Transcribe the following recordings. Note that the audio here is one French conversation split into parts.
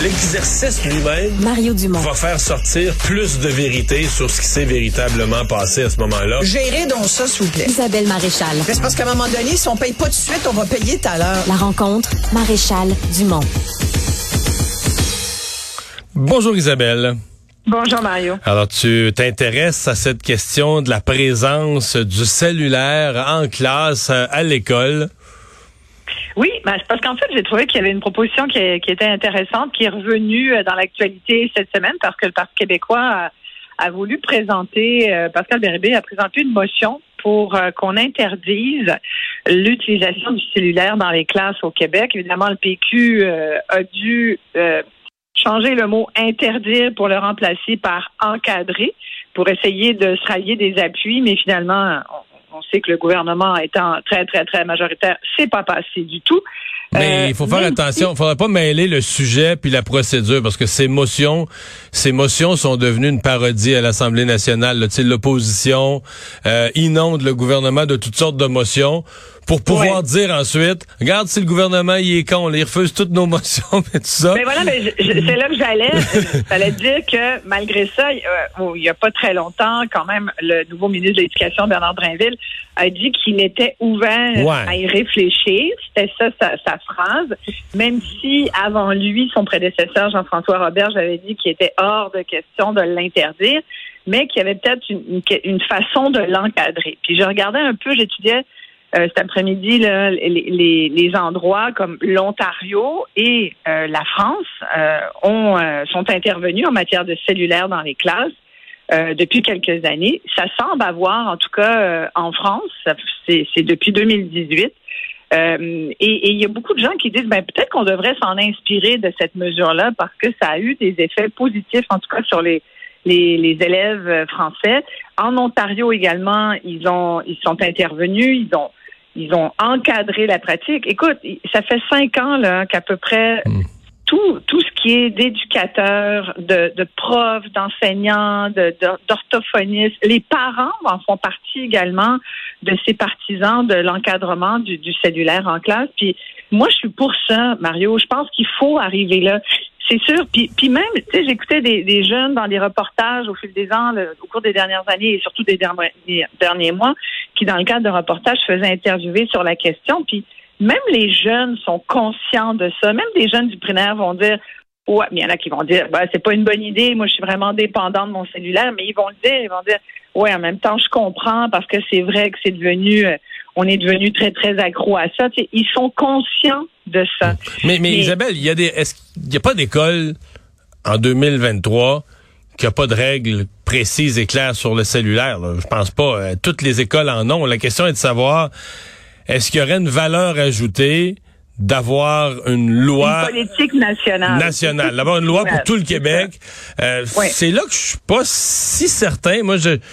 l'exercice lui-même Mario Dumont va faire sortir plus de vérité sur ce qui s'est véritablement passé à ce moment-là. Gérez donc ça, s'il vous plaît. Isabelle Maréchal. C'est parce qu'à un moment donné, si on paye pas tout de suite, on va payer tout à l'heure. La rencontre Maréchal Dumont. Bonjour Isabelle. Bonjour Mario. Alors tu t'intéresses à cette question de la présence du cellulaire en classe à l'école. Oui, c'est parce qu'en fait, j'ai trouvé qu'il y avait une proposition qui était intéressante, qui est revenue dans l'actualité cette semaine parce que le Parti québécois a voulu présenter, Pascal Bérubé a présenté une motion pour qu'on interdise l'utilisation du cellulaire dans les classes au Québec. Évidemment, le PQ a dû changer le mot interdire pour le remplacer par encadrer, pour essayer de se rallier des appuis, mais finalement, on sait que le gouvernement étant très, très, très majoritaire, c'est pas passé du tout. Mais il faut faire attention, il faudrait pas mêler le sujet puis la procédure, parce que ces motions sont devenues une parodie à l'Assemblée nationale. Là. L'opposition inonde le gouvernement de toutes sortes de motions pour pouvoir dire ensuite, regarde si le gouvernement il est con, là, il refuse toutes nos motions et tout ça. Mais voilà, c'est là que j'allais dire que malgré ça, il y a pas très longtemps, quand même, le nouveau ministre de l'Éducation, Bernard Drinville, a dit qu'il était ouvert à y réfléchir. C'était ça sa phrase. Même si, avant lui, son prédécesseur, Jean-François Roberge, avait dit qu'il était hors de question de l'interdire, mais qu'il y avait peut-être une façon de l'encadrer. Puis je regardais un peu, j'étudiais cet après-midi là, les endroits comme l'Ontario et la France sont intervenus en matière de cellulaire dans les classes depuis quelques années. Ça semble avoir, en tout cas en France, c'est depuis 2018. Et il y a beaucoup de gens qui disent peut-être qu'on devrait s'en inspirer de cette mesure-là parce que ça a eu des effets positifs, en tout cas sur les élèves français. En Ontario également, ils sont intervenus, ils ont encadré la pratique. Écoute, ça fait 5 ans là qu'à peu près tout ce qui est d'éducateurs, de profs, d'enseignants, d'orthophonistes, les parents en font partie également de ces partisans de l'encadrement du cellulaire en classe. Puis moi, je suis pour ça, Mario. Je pense qu'il faut arriver là. C'est sûr. Puis même, tu sais, j'écoutais des jeunes dans des reportages au fil des ans, au cours des dernières années et surtout des derniers mois, qui, dans le cadre de reportages, se faisaient interviewer sur la question. Puis même les jeunes sont conscients de ça. Même des jeunes du primaire vont dire, ouais, mais il y en a qui vont dire, c'est pas une bonne idée. Moi, je suis vraiment dépendant de mon cellulaire. Mais ils vont dire, ouais, en même temps, je comprends parce que c'est vrai que on est devenu très, très accro à ça. T'sais, ils sont conscients de ça. Mais Isabelle, est-ce qu'il n'y a pas d'école en 2023 qui n'a pas de règles précises et claires sur le cellulaire? Là? Je pense pas. Toutes les écoles en ont. La question est de savoir, est-ce qu'il y aurait une valeur ajoutée d'avoir une loi... Une politique nationale. D'avoir une loi pour tout le Québec. C'est là que je suis pas si certain. Moi, je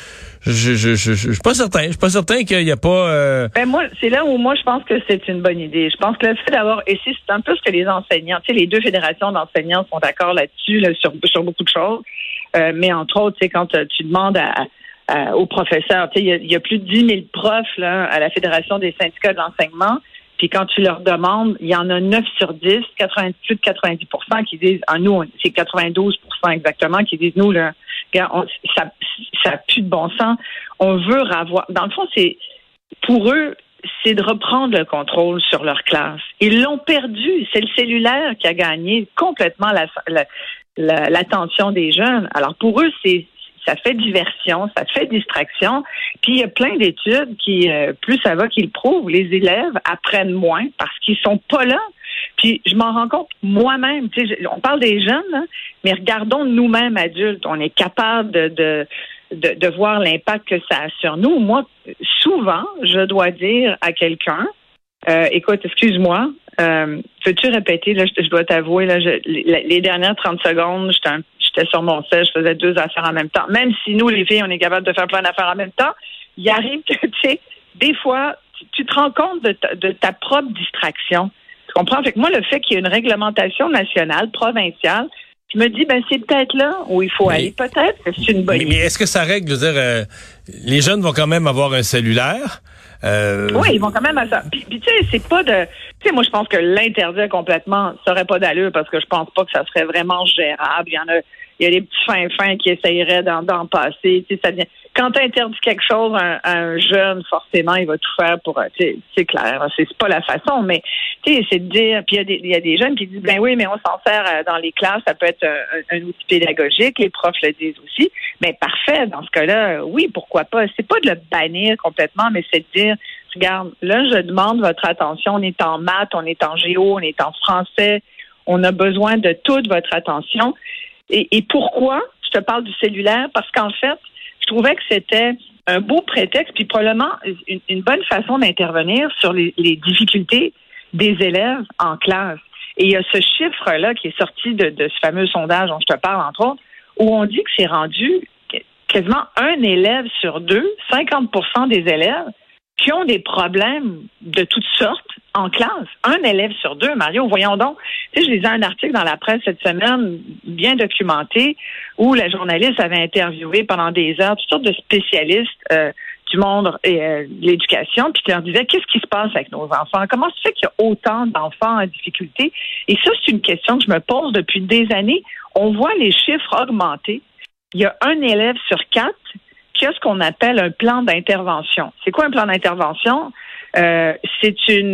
suis pas certain. Je suis pas certain qu'il y a pas... moi, c'est là où moi je pense que c'est une bonne idée. Je pense que le fait d'avoir... Et c'est un peu ce que les enseignants... Tu sais, les deux fédérations d'enseignants sont d'accord là-dessus, là, sur beaucoup de choses. Mais entre autres, tu sais, quand tu demandes aux professeurs, tu sais, il y a plus de 10 000 profs là, à la Fédération des syndicats de l'enseignement. Puis quand tu leur demandes, il y en a 9 sur 10, plus de 90% qui disent, nous, c'est 92% exactement, qui disent, nous, là, ça a plus de bon sens. On veut avoir... Dans le fond, pour eux, c'est de reprendre le contrôle sur leur classe. Ils l'ont perdu. C'est le cellulaire qui a gagné complètement l'attention des jeunes. Alors pour eux, ça fait diversion, ça fait distraction. Puis il y a plein d'études qui, plus ça va, qui le prouvent. Les élèves apprennent moins parce qu'ils sont pas là. Puis je m'en rends compte moi-même. Tu sais, on parle des jeunes, là, mais regardons nous-mêmes adultes. On est capable de voir l'impact que ça a sur nous. Moi, souvent, je dois dire à quelqu'un, écoute, excuse-moi, peux-tu répéter, là, je dois t'avouer, là, les dernières 30 secondes, j'étais sur mon sel, je faisais 2 affaires en même temps. Même si nous, les filles, on est capable de faire plein d'affaires en même temps, il arrive que, tu sais, des fois, tu te rends compte de ta propre distraction. Tu comprends? Fait que moi, le fait qu'il y ait une réglementation nationale, provinciale, je me dis, c'est peut-être là où il faut aller. Peut-être que c'est une bonne idée. Mais est-ce que ça règle, je veux dire, les jeunes vont quand même avoir un cellulaire. Oui, ils vont quand même à ça. Puis tu sais, c'est pas de... Tu sais, moi, je pense que l'interdire complètement, ça aurait pas d'allure parce que je pense pas que ça serait vraiment gérable. Il y a des petits fins qui essaieraient d'en passer. Tu sais, ça devient... Quand tu interdis quelque chose à un jeune, forcément, il va tout faire pour... C'est clair, c'est pas la façon, mais tu sais, c'est de dire... Puis il y a des jeunes qui disent, ben oui, mais on s'en sert dans les classes, ça peut être un outil pédagogique, les profs le disent aussi. Ben parfait, dans ce cas-là, oui, pourquoi pas. C'est pas de le bannir complètement, mais c'est de dire, regarde, là, je demande votre attention, on est en maths, on est en géo, on est en français, on a besoin de toute votre attention. Et pourquoi je te parle du cellulaire? Parce qu'en fait, je trouvais que c'était un beau prétexte, puis probablement une bonne façon d'intervenir sur les difficultés des élèves en classe. Et il y a ce chiffre-là qui est sorti de ce fameux sondage dont je te parle, entre autres, où on dit que c'est rendu quasiment un élève sur deux, 50% des élèves, qui ont des problèmes de toutes sortes en classe. Un élève sur deux, Mario, voyons donc. Tu sais, je lisais un article dans la presse cette semaine, bien documenté, où la journaliste avait interviewé pendant des heures toutes sortes de spécialistes du monde de l'éducation, puis tu leur disais, qu'est-ce qui se passe avec nos enfants? Comment se fait qu'il y a autant d'enfants en difficulté? Et ça, c'est une question que je me pose depuis des années. On voit les chiffres augmenter. Il y a un élève sur 4 qui a ce qu'on appelle un plan d'intervention. C'est quoi un plan d'intervention? C'est une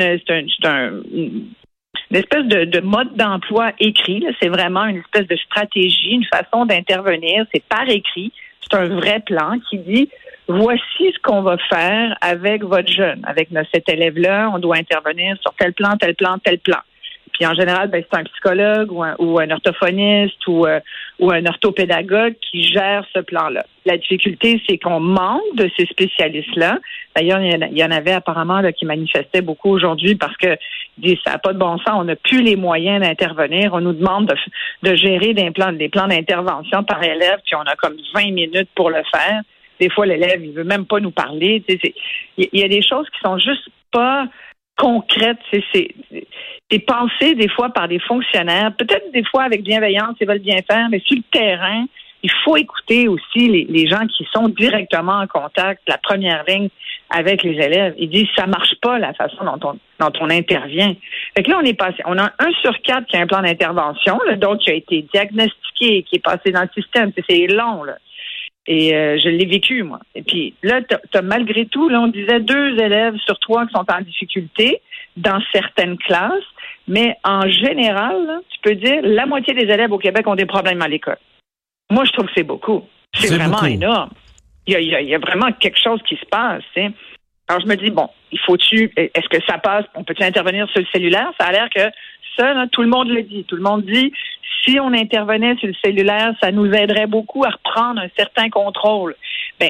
espèce de mode d'emploi écrit. Là. C'est vraiment une espèce de stratégie, une façon d'intervenir. C'est par écrit. C'est un vrai plan qui dit, voici ce qu'on va faire avec votre jeune. Avec cet élève-là, on doit intervenir sur tel plan, tel plan, tel plan. Puis en général, c'est un psychologue ou un orthophoniste ou un orthopédagogue qui gère ce plan-là. La difficulté, c'est qu'on manque de ces spécialistes-là. D'ailleurs, il y en avait apparemment là, qui manifestaient beaucoup aujourd'hui parce que ça n'a pas de bon sens. On n'a plus les moyens d'intervenir. On nous demande de gérer des plans d'intervention par élève, puis on a comme 20 minutes pour le faire. Des fois, l'élève, il veut même pas nous parler. Il y a des choses qui sont juste pas concrètes. C'est pensé des fois par des fonctionnaires, peut-être des fois avec bienveillance, ils veulent bien faire, mais sur le terrain, il faut écouter aussi les gens qui sont directement en contact, la première ligne avec les élèves. Ils disent, ça marche pas la façon dont on intervient. Fait que là, on a 1 sur 4 qui a un plan d'intervention, d'autres qui a été diagnostiqué, qui est passé dans le système. C'est long, là. Et je l'ai vécu, moi. Et puis là, t'as malgré tout, là, on disait 2 élèves sur 3 qui sont en difficulté dans certaines classes, mais en général, là, tu peux dire la moitié des élèves au Québec ont des problèmes à l'école. Moi, je trouve que c'est beaucoup. C'est vraiment beaucoup. Énorme. Il y a vraiment quelque chose qui se passe. Hein. Alors, je me dis, bon, est-ce que ça passe? On peut-tu intervenir sur le cellulaire? Ça a l'air que ça, là, tout le monde le dit. Tout le monde dit, si on intervenait sur le cellulaire, ça nous aiderait beaucoup à reprendre un certain contrôle. Ben,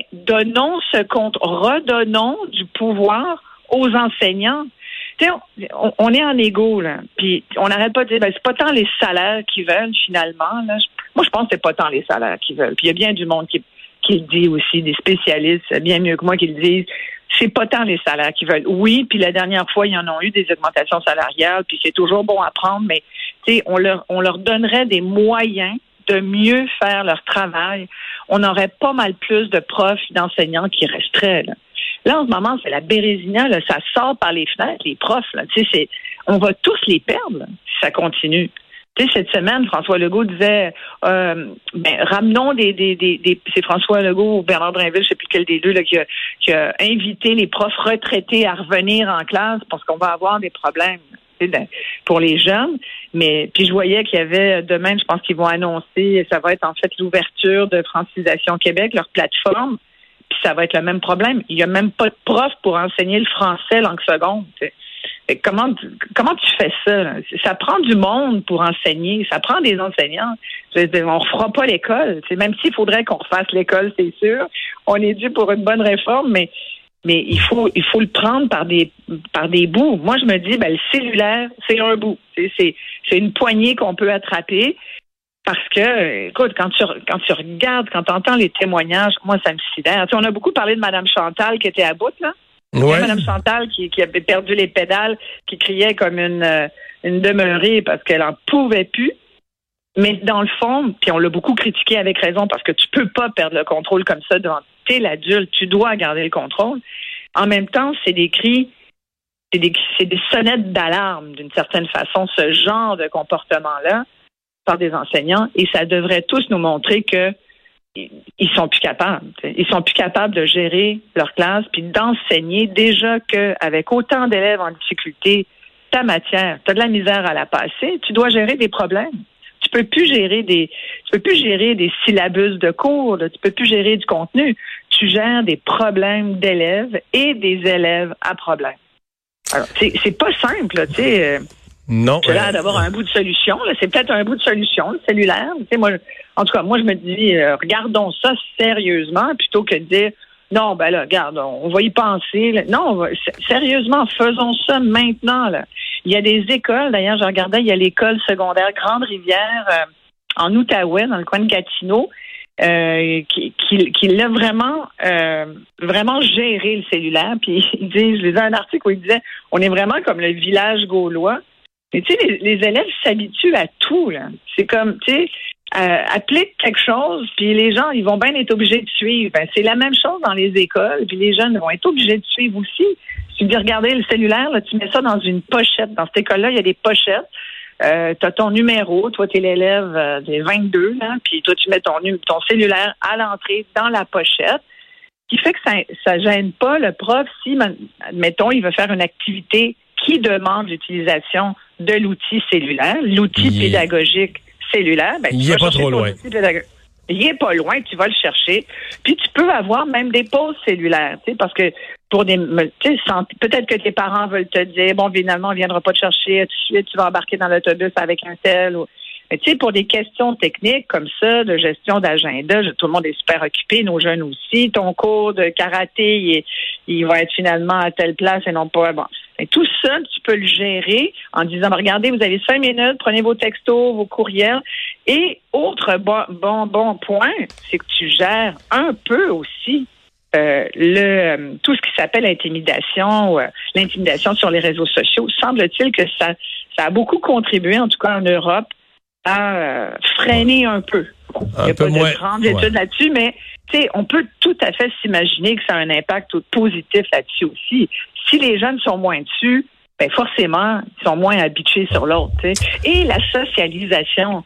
redonnons du pouvoir aux enseignants. Tu sais, on est en égo, là. Puis on n'arrête pas de dire, c'est pas tant les salaires qu'ils veulent, finalement. Là. Moi, je pense que c'est pas tant les salaires qu'ils veulent. Puis il y a bien du monde qui le dit aussi, des spécialistes, bien mieux que moi, qui le disent. C'est pas tant les salaires qu'ils veulent. Oui, puis la dernière fois, il y en a eu des augmentations salariales, puis c'est toujours bon à prendre, mais tu sais, on leur donnerait des moyens de mieux faire leur travail. On aurait pas mal plus de profs, d'enseignants qui resteraient, là. Là, en ce moment, c'est la Bérésina, là, ça sort par les fenêtres, les profs, là. Tu sais, on va tous les perdre, là, si ça continue. Tu sais, cette semaine, François Legault disait, ramenons c'est François Legault ou Bernard Drinville, je sais plus quel des deux, là, qui a invité les profs retraités à revenir en classe parce qu'on va avoir des problèmes pour les jeunes. Mais puis je voyais qu'il y avait demain, je pense qu'ils vont annoncer, ça va être en fait l'ouverture de Francisation Québec, leur plateforme. Puis ça va être le même problème. Il n'y a même pas de prof pour enseigner le français langue seconde. T'sais. Comment tu fais ça? Là? Ça prend du monde pour enseigner. Ça prend des enseignants. On ne refera pas l'école. Même s'il faudrait qu'on refasse l'école, c'est sûr. On est dû pour une bonne réforme, mais il faut le prendre par des bouts. Moi, je me dis, le cellulaire, c'est un bout. C'est une poignée qu'on peut attraper. Parce que, écoute, quand tu regardes, quand tu entends les témoignages, moi, ça me sidère. Tu sais, on a beaucoup parlé de Mme Chantal qui était à bout, là. Ouais. Mme Chantal qui avait perdu les pédales, qui criait comme une demeurée parce qu'elle en pouvait plus. Mais dans le fond, puis on l'a beaucoup critiqué avec raison parce que tu peux pas perdre le contrôle comme ça devant t'es l'adulte, tu dois garder le contrôle. en même temps, c'est des cris, c'est des sonnettes d'alarme, d'une certaine façon, ce genre de comportement-là par des enseignants, et ça devrait tous nous montrer que ils sont plus capables. Ils sont plus capables de gérer leur classe puis d'enseigner déjà qu'avec autant d'élèves en difficulté, ta matière, tu as de la misère à la passer, tu dois gérer des problèmes. Tu peux plus gérer des syllabus de cours, là, tu peux plus gérer du contenu. Tu gères des problèmes d'élèves et des élèves à problème. Alors, c'est pas simple, tu sais. Non. C'est l'air d'avoir un bout de solution. Là. C'est peut-être un bout de solution, le cellulaire. Tu sais, moi, en tout cas, moi, je me dis, regardons ça sérieusement plutôt que de dire, non, ben là, regarde, on va y penser. Là. Non, sérieusement, faisons ça maintenant. Là. Il y a des écoles, d'ailleurs, je regardais, il y a l'école secondaire Grande-Rivière en Outaouais, dans le coin de Gatineau, qui l'a vraiment géré le cellulaire. Puis ils disent, je lisais un article où ils disaient, on est vraiment comme le village gaulois. Mais tu sais, les élèves s'habituent à tout, là. C'est comme, tu sais, applique quelque chose, puis les gens, ils vont bien être obligés de suivre. Ben, c'est la même chose dans les écoles, puis les jeunes vont être obligés de suivre aussi. Si tu dis, regardez, le cellulaire, là, tu mets ça dans une pochette. Dans cette école-là, il y a des pochettes. T'as ton numéro, toi, t'es l'élève des 22, là, puis toi, tu mets ton cellulaire à l'entrée dans la pochette. Ce qui fait que ça gêne pas le prof si, admettons, il veut faire une activité qui demande l'utilisation de l'outil cellulaire, l'outil pédagogique cellulaire. Ben, il est pas trop loin. Il est pas loin, tu vas le chercher. Puis tu peux avoir même des pauses cellulaires, tu sais, parce que pour des, tu sais, peut-être que tes parents veulent te dire, bon, finalement, on viendra pas te chercher, tout de suite, tu vas embarquer dans l'autobus avec un tel. Mais tu sais, pour des questions techniques comme ça, de gestion d'agenda, tout le monde est super occupé, nos jeunes aussi. Ton cours de karaté, il va être finalement à telle place et non pas. Bon. Et tout ça, tu peux le gérer en disant, regardez, vous avez 5 minutes, prenez vos textos, vos courriels. Et autre bon point, c'est que tu gères un peu aussi tout ce qui s'appelle l'intimidation, l'intimidation sur les réseaux sociaux. Semble-t-il que ça a beaucoup contribué, en tout cas en Europe, à freiner un peu. Il n'y a pas de grandes études là-dessus, mais on peut tout à fait s'imaginer que ça a un impact positif là-dessus aussi. Si les jeunes sont moins dessus, ben forcément, ils sont moins habitués sur l'autre. T'sais. Et la socialisation.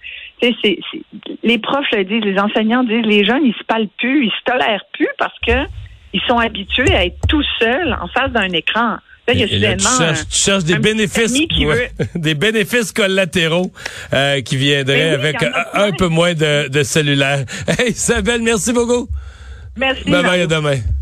Les profs le disent, les enseignants disent, les jeunes, ils se parlent plus, ils se tolèrent plus parce que ils sont habitués à être tout seuls en face d'un écran. Là, il y a soudainement tu cherches des bénéfices, des bénéfices collatéraux qui viendraient avec un peu moins de cellulaire. Hey, Isabelle, merci beaucoup. Merci. Bye bye, à demain.